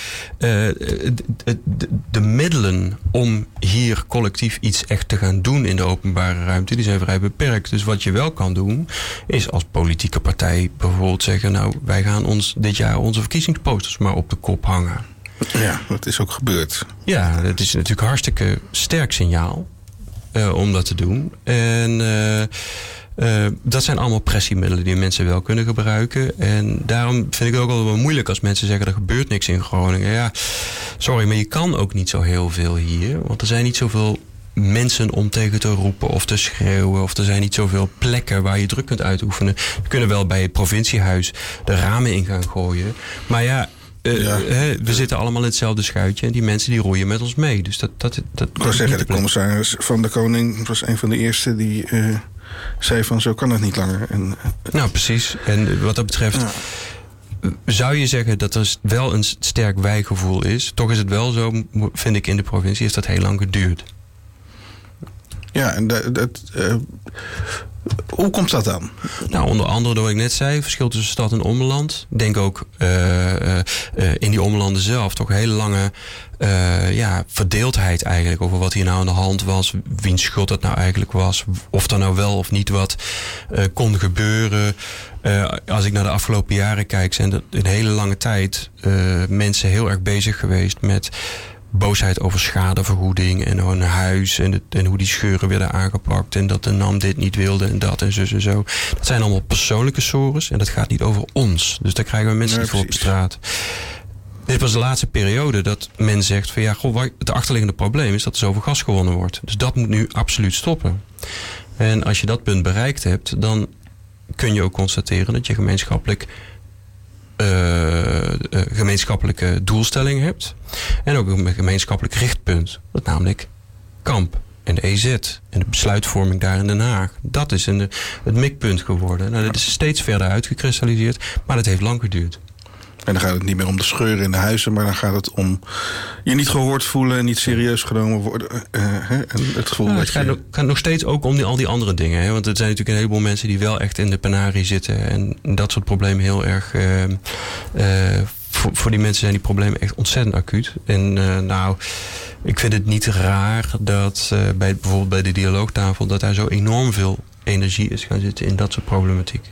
de middelen om hier collectief iets echt te gaan doen in de openbare ruimte, die zijn vrij beperkt. Dus wat je wel kan doen, is als politieke partij bijvoorbeeld zeggen, nou, wij gaan ons dit jaar onze verkiezingsposters maar op de kop hangen. Ja, dat is ook gebeurd. Ja, dat is natuurlijk een hartstikke sterk signaal om dat te doen. En dat zijn allemaal pressiemiddelen die mensen wel kunnen gebruiken. En daarom vind ik het ook altijd wel moeilijk als mensen zeggen, er gebeurt niks in Groningen. Ja, sorry, maar je kan ook niet zo heel veel hier. Want er zijn niet zoveel mensen om tegen te roepen of te schreeuwen. Of er zijn niet zoveel plekken waar je druk kunt uitoefenen. We kunnen wel bij het provinciehuis de ramen in gaan gooien. Maar ja, we zitten allemaal in hetzelfde schuitje. En die mensen die roeien met ons mee. Dus dat ik wou zeggen, de commissaris van de Koning was een van de eerste die zei van zo kan het niet langer. En, nou, precies. En wat dat betreft zou je zeggen dat er wel een sterk wijgevoel is. Toch is het wel zo, vind ik, in de provincie, is dat heel lang geduurd. Ja, en hoe komt dat dan? Nou, onder andere door wat ik net zei, verschil tussen stad en ommeland. Ik denk ook in die ommelanden zelf toch hele lange verdeeldheid eigenlijk over wat hier nou aan de hand was, wiens schuld dat nou eigenlijk was, of er nou wel of niet wat kon gebeuren. Als ik naar de afgelopen jaren kijk, zijn er een hele lange tijd mensen heel erg bezig geweest met boosheid over schadevergoeding en hun huis en hoe die scheuren werden aangepakt en dat de NAM dit niet wilde en dat en zo. Dat zijn allemaal persoonlijke sores en dat gaat niet over ons. Dus daar krijgen we mensen niet voor op straat. Dit was de laatste periode dat men zegt van ja, goh, het achterliggende probleem is dat er zoveel gas gewonnen wordt. Dus dat moet nu absoluut stoppen. En als je dat punt bereikt hebt, dan kun je ook constateren dat je gemeenschappelijke doelstelling hebt. En ook een gemeenschappelijk richtpunt. Dat namelijk Kamp en de EZ en de besluitvorming daar in Den Haag. Dat is het mikpunt geworden. Nou, dat is steeds verder uitgekristalliseerd, maar dat heeft lang geduurd. En dan gaat het niet meer om de scheuren in de huizen, maar dan gaat het om je niet gehoord voelen en niet serieus genomen worden. En het gevoel dat het gaat nog steeds ook om al die andere dingen. Hè? Want er zijn natuurlijk een heleboel mensen die wel echt in de penarie zitten. En dat soort problemen heel erg voor die mensen zijn die problemen echt ontzettend acuut. En ik vind het niet raar dat bijvoorbeeld bij de dialoogtafel dat daar zo enorm veel energie is gaan zitten in dat soort problematiek.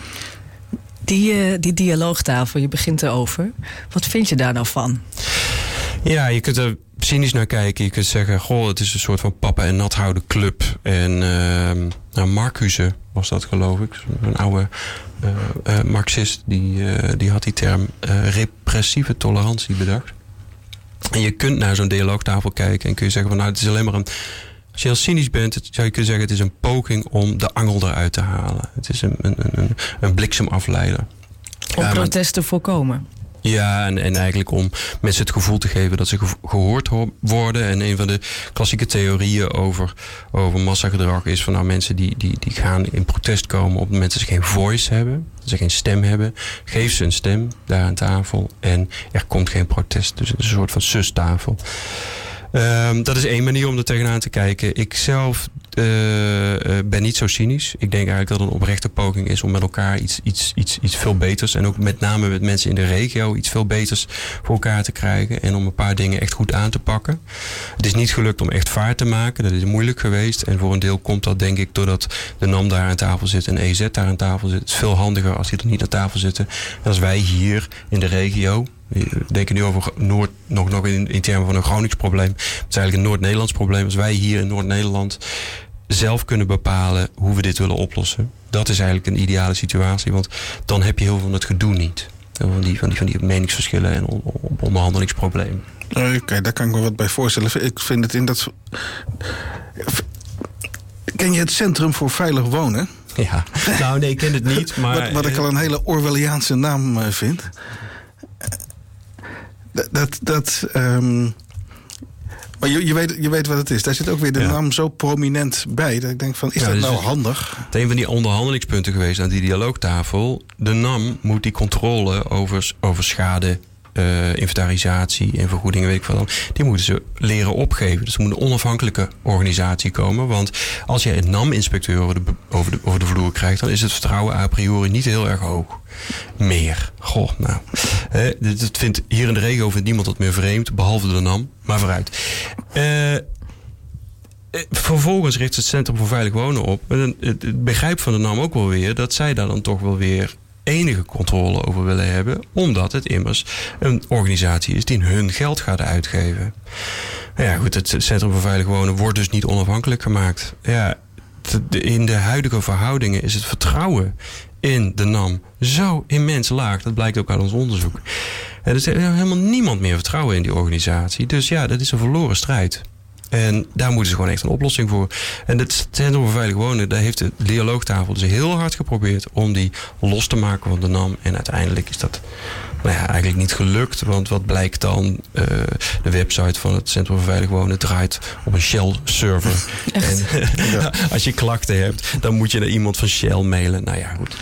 Die dialoogtafel, je begint erover. Wat vind je daar nou van? Ja, je kunt er cynisch naar kijken. Je kunt zeggen, goh, het is een soort van papa en nat houden club. En Marcuse was dat, geloof ik. Een oude Marxist, die had die term repressieve tolerantie bedacht. En je kunt naar zo'n dialoogtafel kijken en kun je zeggen van, nou, het is alleen maar een... Als je heel cynisch bent, zou je kunnen zeggen, het is een poging om de angel eruit te halen. Het is een bliksemafleider. Om protesten te voorkomen. Ja, en eigenlijk om mensen het gevoel te geven dat ze gehoord worden. En een van de klassieke theorieën over massagedrag is van, nou, mensen die gaan in protest komen op het moment dat ze geen voice hebben, dat ze geen stem hebben. Geef ze een stem daar aan tafel en er komt geen protest. Dus het is een soort van sustafel. Dat is één manier om er tegenaan te kijken. Ik zelf ben niet zo cynisch. Ik denk eigenlijk dat het een oprechte poging is om met elkaar iets veel beters, en ook met name met mensen in de regio, iets veel beters voor elkaar te krijgen en om een paar dingen echt goed aan te pakken. Het is niet gelukt om echt vaart te maken. Dat is moeilijk geweest. En voor een deel komt dat, denk ik, doordat de NAM daar aan tafel zit en EZ daar aan tafel zit. Het is veel handiger als die er niet aan tafel zitten. En als wij hier in de regio, we denken nu over Noord, nog in termen van een Gronings probleem. Het is eigenlijk een Noord-Nederlands probleem. Als wij hier in Noord-Nederland zelf kunnen bepalen hoe we dit willen oplossen, dat is eigenlijk een ideale situatie. Want dan heb je heel veel van het gedoe niet. Van die meningsverschillen en onderhandelingsproblemen. Oké, daar kan ik me wat bij voorstellen. Ik vind het in dat... Ken je het Centrum voor Veilig Wonen? Ja, nou nee, ik ken het niet. Maar wat ik al een hele Orwelliaanse naam vind. Maar je weet wat het is. Daar zit ook weer de naam zo prominent bij. Dat ik denk van, is dat nou handig? Het is een van die onderhandelingspunten geweest aan die dialoogtafel. De NAM moet die controle over schade inventarisatie en vergoedingen, weet ik wat dan. Die moeten ze leren opgeven. Dus er moet een onafhankelijke organisatie komen. Want als je een NAM-inspecteur over de vloer krijgt, dan is het vertrouwen a priori niet heel erg hoog. Meer. Goh, nou. Dat vindt hier in de regio niemand dat meer vreemd, behalve de NAM. Maar vooruit. Vervolgens richt het Centrum voor Veilig Wonen op. Het begrijp van de NAM ook wel weer dat zij daar dan toch wel weer enige controle over willen hebben, omdat het immers een organisatie is die hun geld gaat uitgeven. Nou ja, goed, het Centrum voor Veilig Wonen wordt dus niet onafhankelijk gemaakt. Ja, in de huidige verhoudingen is het vertrouwen in de NAM zo immens laag. Dat blijkt ook uit ons onderzoek. En er is helemaal niemand meer vertrouwen in die organisatie. Dus ja, dat is een verloren strijd. En daar moeten ze gewoon echt een oplossing voor. En het Centrum voor Veilig Wonen, daar heeft de dialoogtafel dus heel hard geprobeerd om die los te maken van de NAM. En uiteindelijk is dat eigenlijk niet gelukt. Want wat blijkt dan? De website van het Centrum voor Veilig Wonen draait op een Shell-server. En als je klachten hebt, dan moet je naar iemand van Shell mailen. Nou ja, goed.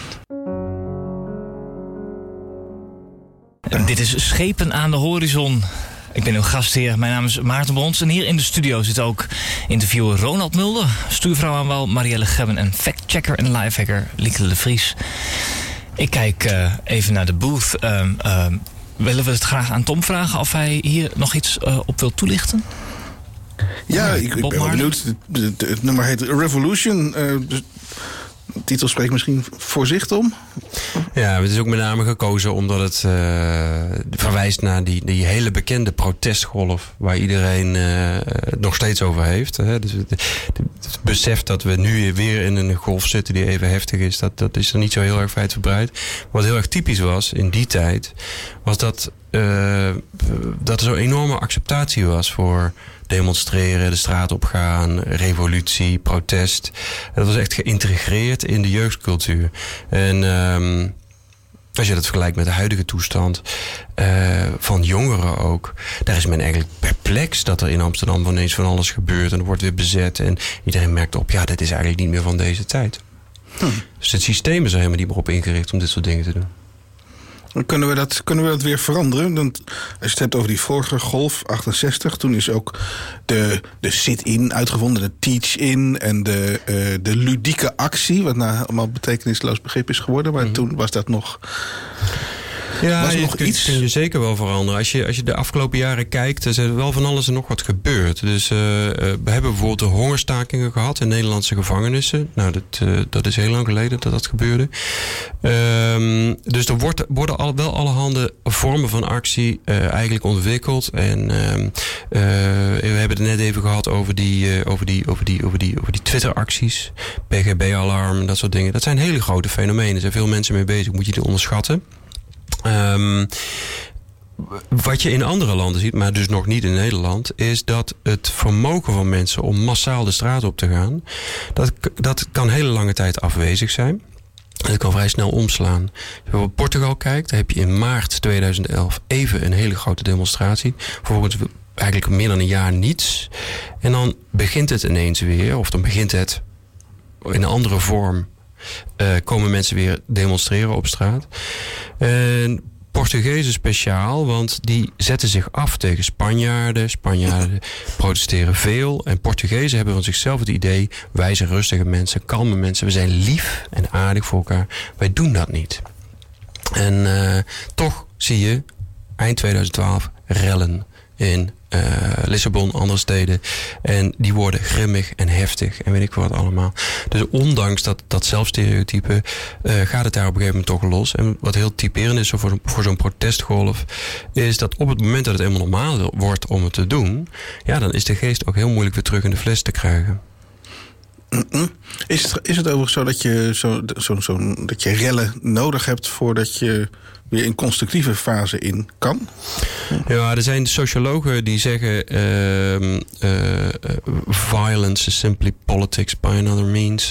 Dit is Schepen aan de Horizon. Ik ben uw gastheer. Mijn naam is Maarten Brons. En hier in de studio zit ook interviewer Ronald Mulder, stuurvrouw aan wal Marielle Gebben en factchecker en lifehacker Lieke de Vries. Ik kijk even naar de booth. Willen we het graag aan Tom vragen of hij hier nog iets op wil toelichten? Ja, ik ben wel benieuwd. Het nummer heet Revolution. De titel spreekt misschien voor zich, Tom? Ja, het is ook met name gekozen omdat het verwijst naar die hele bekende protestgolf waar iedereen het nog steeds over heeft. Hè. Dus het besef dat we nu weer in een golf zitten die even heftig is, dat is er niet zo heel erg wijdverbreid. Wat heel erg typisch was in die tijd, was dat er zo'n enorme acceptatie was voor demonstreren, de straat op gaan, revolutie, protest. Dat was echt geïntegreerd in de jeugdcultuur. En als je dat vergelijkt met de huidige toestand van jongeren ook, daar is men eigenlijk perplex dat er in Amsterdam ineens van alles gebeurt en er wordt weer bezet en iedereen merkt op, ja, dit is eigenlijk niet meer van deze tijd. Dus het systeem is er helemaal niet meer op ingericht om dit soort dingen te doen. Kunnen we dat weer veranderen? Want als je het hebt over die vorige golf, 68... toen is ook de sit-in uitgevonden, de teach-in en de ludieke actie, wat nou allemaal betekenisloos begrip is geworden. Maar toen was dat nog... Ja, iets kun je zeker wel veranderen. Als je de afgelopen jaren kijkt, er is wel van alles en nog wat gebeurd. Dus we hebben bijvoorbeeld de hongerstakingen gehad in Nederlandse gevangenissen. Nou, dat is heel lang geleden dat gebeurde. Dus er worden wel allerhande vormen van actie eigenlijk ontwikkeld. En we hebben het net even gehad over die Twitter-acties. PGB-alarm en dat soort dingen. Dat zijn hele grote fenomenen. Er zijn veel mensen mee bezig. Moet je die onderschatten. Wat je in andere landen ziet, maar dus nog niet in Nederland, is dat het vermogen van mensen om massaal de straat op te gaan, dat kan hele lange tijd afwezig zijn. En dat kan vrij snel omslaan. Als je bijvoorbeeld Portugal kijkt, dan heb je in maart 2011 even een hele grote demonstratie. Vervolgens eigenlijk meer dan een jaar niets. En dan begint het ineens weer, of dan begint het in een andere vorm. Komen mensen weer demonstreren op straat. En Portugezen speciaal, want die zetten zich af tegen Spanjaarden. Spanjaarden protesteren veel. En Portugezen hebben van zichzelf het idee, wij zijn rustige mensen, kalme mensen. We zijn lief en aardig voor elkaar. Wij doen dat niet. En toch zie je eind 2012 rellen in Lissabon, andere steden. En die worden grimmig en heftig en weet ik wat allemaal. Dus ondanks dat zelfstereotype gaat het daar op een gegeven moment toch los. En wat heel typerend is voor zo'n protestgolf, is dat op het moment dat het helemaal normaal wordt om het te doen, ja, dan is de geest ook heel moeilijk weer terug in de fles te krijgen. Is het overigens zo dat je rellen nodig hebt voordat je weer in constructieve fase in kan? Ja, er zijn sociologen die zeggen violence is simply politics by another means.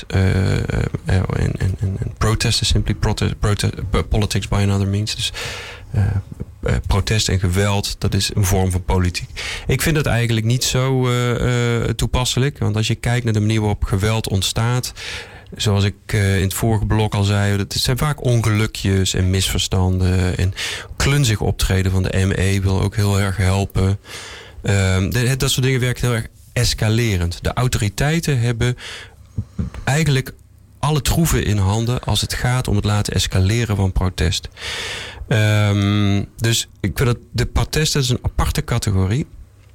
En protest is simply politics by another means. Dus protest en geweld, dat is een vorm van politiek. Ik vind dat eigenlijk niet zo toepasselijk. Want als je kijkt naar de manier waarop geweld ontstaat, zoals ik in het vorige blok al zei, het zijn vaak ongelukjes en misverstanden. En klunzig optreden van de ME wil ook heel erg helpen. Dat soort dingen werken heel erg escalerend. De autoriteiten hebben eigenlijk alle troeven in handen als het gaat om het laten escaleren van protest. Dus ik vind dat de protesten is een aparte categorie.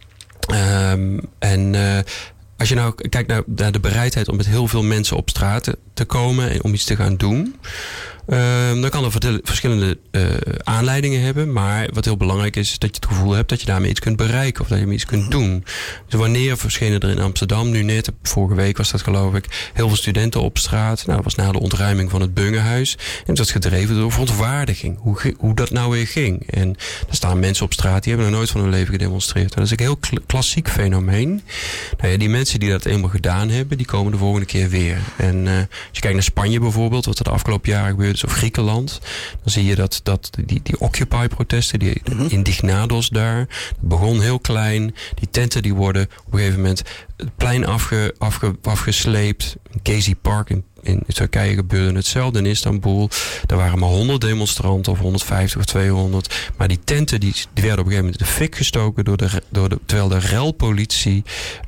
Als je nou kijkt naar de bereidheid om met heel veel mensen op straat te komen en om iets te gaan doen, dan kan er verschillende aanleidingen hebben. Maar wat heel belangrijk is dat je het gevoel hebt dat je daarmee iets kunt bereiken of dat je iets kunt doen. Dus wanneer verschenen er in Amsterdam, nu net, vorige week was dat geloof ik, heel veel studenten op straat. Nou, dat was na de ontruiming van het Bungehuis. En dat was gedreven door verontwaardiging. Hoe dat nou weer ging. En er staan mensen op straat die hebben nog nooit van hun leven gedemonstreerd. Dat is een heel klassiek fenomeen. Nou ja, die mensen die dat eenmaal gedaan hebben, die komen de volgende keer weer. En als je kijkt naar Spanje bijvoorbeeld, wat er de afgelopen jaren gebeurd is, of Griekenland, dan zie je dat die Occupy-protesten, die Indignados daar, dat begon heel klein. Die tenten die worden op een gegeven moment het plein afgesleept. In Gezi Park in Turkije gebeurde hetzelfde, in Istanbul. Daar waren maar 100 demonstranten of 150 of 200. Maar die tenten die werden op een gegeven moment in de fik gestoken terwijl de relpolitie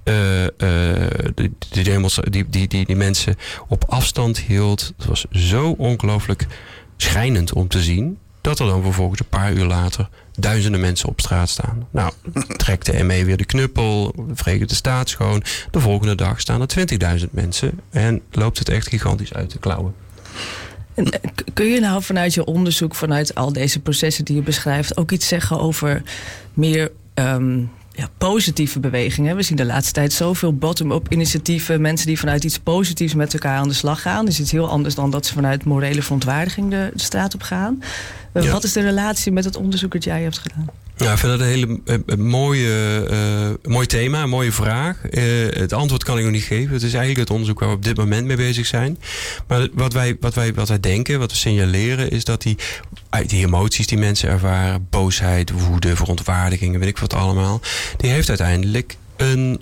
die mensen op afstand hield. Het was zo ongelooflijk schrijnend om te zien dat er dan vervolgens een paar uur later duizenden mensen op straat staan. Nou, trekt de ME weer de knuppel, vregen de staat schoon. De volgende dag staan er 20.000 mensen en loopt het echt gigantisch uit de klauwen. En kun je nou vanuit je onderzoek, vanuit al deze processen die je beschrijft, ook iets zeggen over meer positieve bewegingen? We zien de laatste tijd zoveel bottom-up initiatieven, mensen die vanuit iets positiefs met elkaar aan de slag gaan. Dat is iets heel anders dan dat ze vanuit morele verontwaardiging de straat op gaan. Ja. Wat is de relatie met het onderzoek dat jij hebt gedaan? Ja, ik vind dat een hele mooi thema, een mooie vraag. Het antwoord kan ik nog niet geven. Het is eigenlijk het onderzoek waar we op dit moment mee bezig zijn. Maar wat wij denken, wat we signaleren, is dat die emoties die mensen ervaren, boosheid, woede, verontwaardiging, weet ik wat allemaal, die heeft uiteindelijk een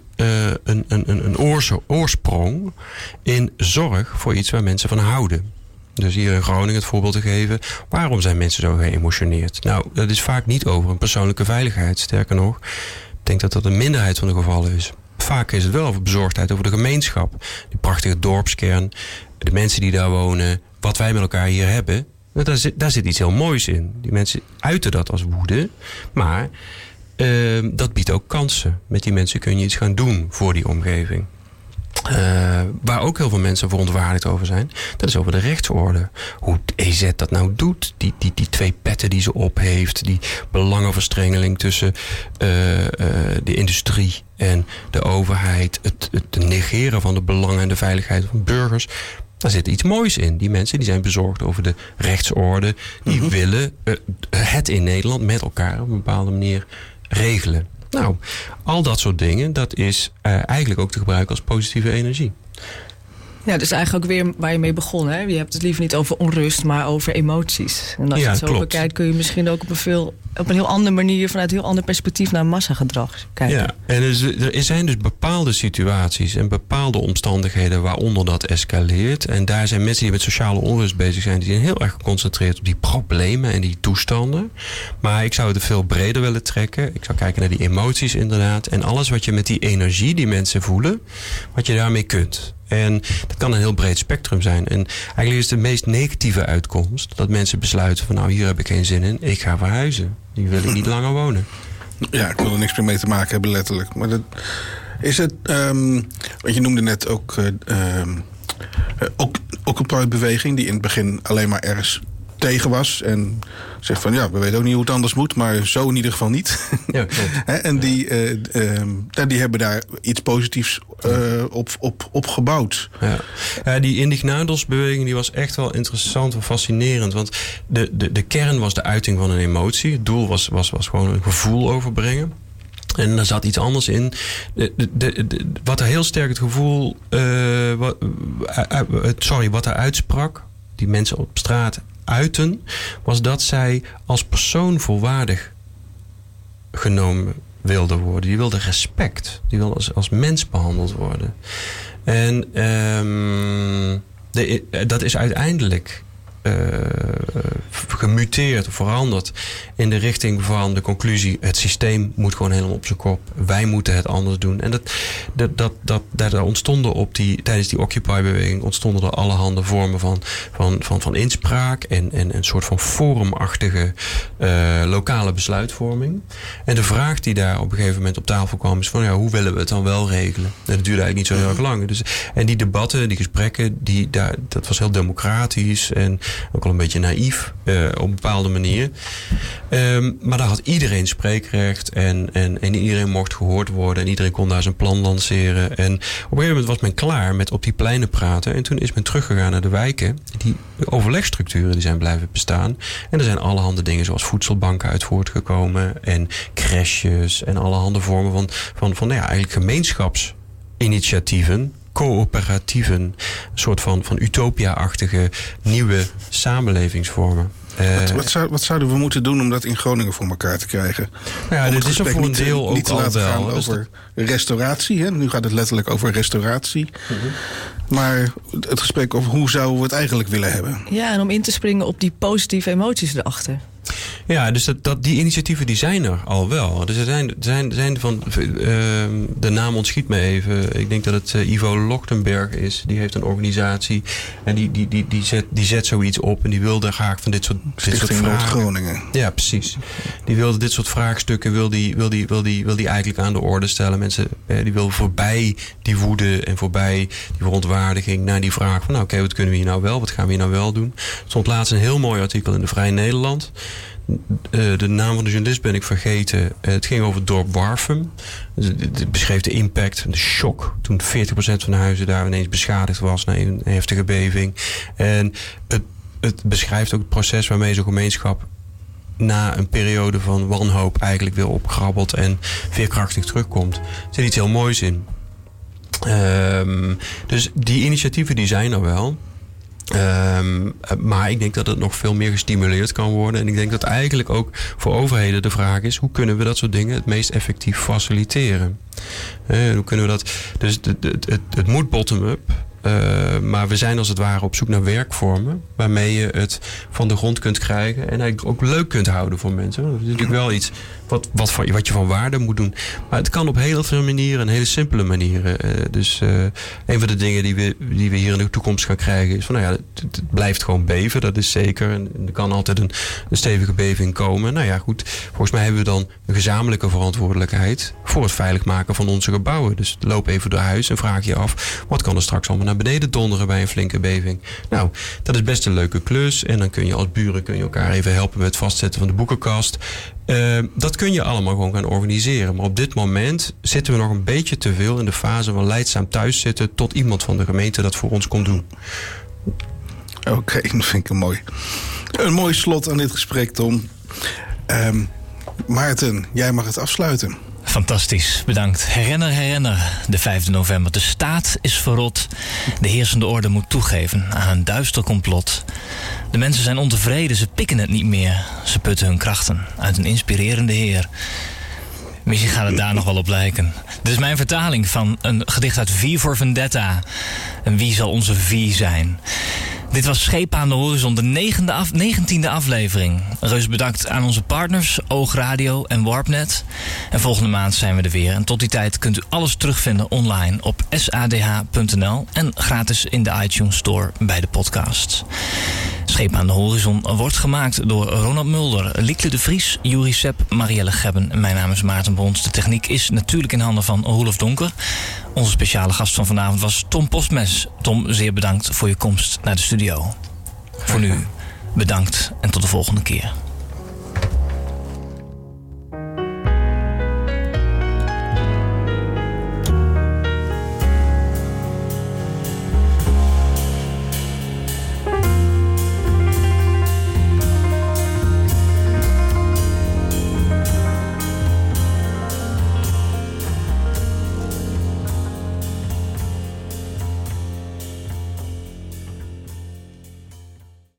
oorsprong in zorg voor iets waar mensen van houden. Dus hier in Groningen het voorbeeld te geven. Waarom zijn mensen zo geëmotioneerd? Nou, dat is vaak niet over een persoonlijke veiligheid. Sterker nog, ik denk dat dat een minderheid van de gevallen is. Vaak is het wel over bezorgdheid over de gemeenschap. Die prachtige dorpskern, de mensen die daar wonen, wat wij met elkaar hier hebben. Daar zit iets heel moois in. Die mensen uiten dat als woede, maar dat biedt ook kansen. Met die mensen kun je iets gaan doen voor die omgeving. Waar ook heel veel mensen verontwaardigd over zijn, dat is over de rechtsorde. Hoe de EZ dat nou doet, die twee petten die ze op heeft, die belangenverstrengeling tussen de industrie en de overheid, het negeren van de belangen en de veiligheid van burgers. Daar zit iets moois in. Die mensen die zijn bezorgd over de rechtsorde, die willen het in Nederland met elkaar op een bepaalde manier regelen. Nou, al dat soort dingen, dat is eigenlijk ook te gebruiken als positieve energie. Ja, dus eigenlijk ook weer waar je mee begon. Hè? Je hebt het liever niet over onrust, maar over emoties. En als je het zo bekijkt, kun je misschien ook op een heel andere manier, vanuit een heel ander perspectief naar massagedrag kijken. Ja, en er zijn dus bepaalde situaties en bepaalde omstandigheden waaronder dat escaleert. En daar zijn mensen die met sociale onrust bezig zijn, die zijn heel erg geconcentreerd op die problemen en die toestanden. Maar ik zou het veel breder willen trekken. Ik zou kijken naar die emoties inderdaad. En alles wat je met die energie die mensen voelen, wat je daarmee kunt. En dat kan een heel breed spectrum zijn. En eigenlijk is de meest negatieve uitkomst dat mensen besluiten van nou, hier heb ik geen zin in, ik ga verhuizen. Hier wil ik niet langer wonen. Ja, ik wil er niks meer mee te maken hebben, letterlijk. Maar dat is het, want je noemde net ook Occupy-beweging, die in het begin alleen maar ergens tegen was en zegt van ja, we weten ook niet hoe het anders moet, maar zo in ieder geval niet. Ja, klopt. En die hebben daar iets positiefs op gebouwd. Ja, die Indignados-beweging die was echt wel interessant en fascinerend, want de kern was de uiting van een emotie. Het doel was gewoon een gevoel overbrengen. En daar zat iets anders in. Wat er heel sterk het gevoel, wat er uitsprak, die mensen op straat uiten, was dat zij als persoon volwaardig genomen wilden worden. Die wilden respect. Die wilden als mens behandeld worden. En dat is uiteindelijk gemuteerd, veranderd in de richting van de conclusie: het systeem moet gewoon helemaal op zijn kop. Wij moeten het anders doen. En daar ontstonden tijdens die Occupy-beweging ontstonden er allerhande vormen van inspraak en een soort van forumachtige lokale besluitvorming. En de vraag die daar op een gegeven moment op tafel kwam is van hoe willen we het dan wel regelen? En dat duurde eigenlijk niet zo heel erg lang. Dus, en die debatten, die gesprekken, dat was heel democratisch en ook al een beetje naïef op een bepaalde manier. Maar daar had iedereen spreekrecht en iedereen mocht gehoord worden en iedereen kon daar zijn plan lanceren. En op een gegeven moment was men klaar met op die pleinen praten en toen is men teruggegaan naar de wijken. Die overlegstructuren die zijn blijven bestaan. En er zijn allerhande dingen zoals voedselbanken uit voortgekomen en crèches en allerhande vormen van eigenlijk gemeenschapsinitiatieven, coöperatieven, een soort van utopia-achtige nieuwe samenlevingsvormen. Wat zouden we moeten doen om dat in Groningen voor elkaar te krijgen? Ja, dit is er voor een deel ook al wel. Gaan over restauratie. Hè? Nu gaat het letterlijk over restauratie. Mm-hmm. Maar het gesprek over hoe zouden we het eigenlijk willen hebben. Ja, en om in te springen op die positieve emoties erachter. Ja, dus die initiatieven die zijn er al wel. Dus er zijn van de naam ontschiet me even. Ik denk dat het Ivo Lochtenberg is. Die heeft een organisatie en die zet zoiets op en die wilde graag van dit soort vragen. Noord-Groningen. Ja, precies. Die wilde dit soort vraagstukken wil die eigenlijk aan de orde stellen. Mensen die wilden voorbij die woede en voorbij die verontwaardiging naar die vraag van oké, wat kunnen we hier nou wel? Wat gaan we hier nou wel doen? Er stond laatst een heel mooi artikel in de Vrij Nederland. De naam van de journalist ben ik vergeten. Het ging over het dorp Warfum. Het beschreef de impact, de shock toen 40% van de huizen daar ineens beschadigd was na een heftige beving. En het beschrijft ook het proces waarmee zo'n gemeenschap na een periode van wanhoop eigenlijk weer opkrabbelt en veerkrachtig terugkomt. Er zit iets heel moois in. Dus die initiatieven die zijn er wel. Maar ik denk dat het nog veel meer gestimuleerd kan worden. En ik denk dat eigenlijk ook voor overheden de vraag is: hoe kunnen we dat soort dingen het meest effectief faciliteren? Hoe kunnen we dat? Dus het moet bottom-up. Maar we zijn als het ware op zoek naar werkvormen waarmee je het van de grond kunt krijgen en eigenlijk ook leuk kunt houden voor mensen. Dat is natuurlijk wel iets wat je van waarde moet doen. Maar het kan op heel veel manieren, een hele simpele manieren. Dus een van de dingen die we hier in de toekomst gaan krijgen is van het blijft gewoon beven, dat is zeker. En er kan altijd een stevige beving komen. Nou ja, goed. Volgens mij hebben we dan een gezamenlijke verantwoordelijkheid voor het veilig maken van onze gebouwen. Dus loop even door huis en vraag je af: wat kan er straks allemaal naar beneden donderen bij een flinke beving? Nou, dat is best een leuke klus. En dan kun je als buren elkaar even helpen met het vastzetten van de boekenkast. Dat kun je allemaal gewoon gaan organiseren. Maar op dit moment zitten we nog een beetje te veel in de fase van leidzaam thuis zitten tot iemand van de gemeente dat voor ons komt doen. Oké, dat vind ik een mooi slot aan dit gesprek, Tom. Maarten, jij mag het afsluiten. Fantastisch, bedankt. Herinner, de 5e november. De staat is verrot. De heersende orde moet toegeven aan een duister complot. De mensen zijn ontevreden, ze pikken het niet meer. Ze putten hun krachten uit een inspirerende heer. Misschien gaat het daar nog wel op lijken. Dit is mijn vertaling van een gedicht uit V voor Vendetta. En wie zal onze V zijn? Dit was Schepen aan de Horizon, de 19e aflevering. Reus bedankt aan onze partners, Oogradio en Warpnet. En volgende maand zijn we er weer. En tot die tijd kunt u alles terugvinden online op sadh.nl... en gratis in de iTunes Store bij de podcasts. Schepen aan de Horizon wordt gemaakt door Ronald Mulder, Liekle de Vries, Juri Sepp, Marielle Gebben. Mijn naam is Maarten Brons. De techniek is natuurlijk in handen van Roelof Donker. Onze speciale gast van vanavond was Tom Postmes. Tom, zeer bedankt voor je komst naar de studio. Voor nu, bedankt en tot de volgende keer.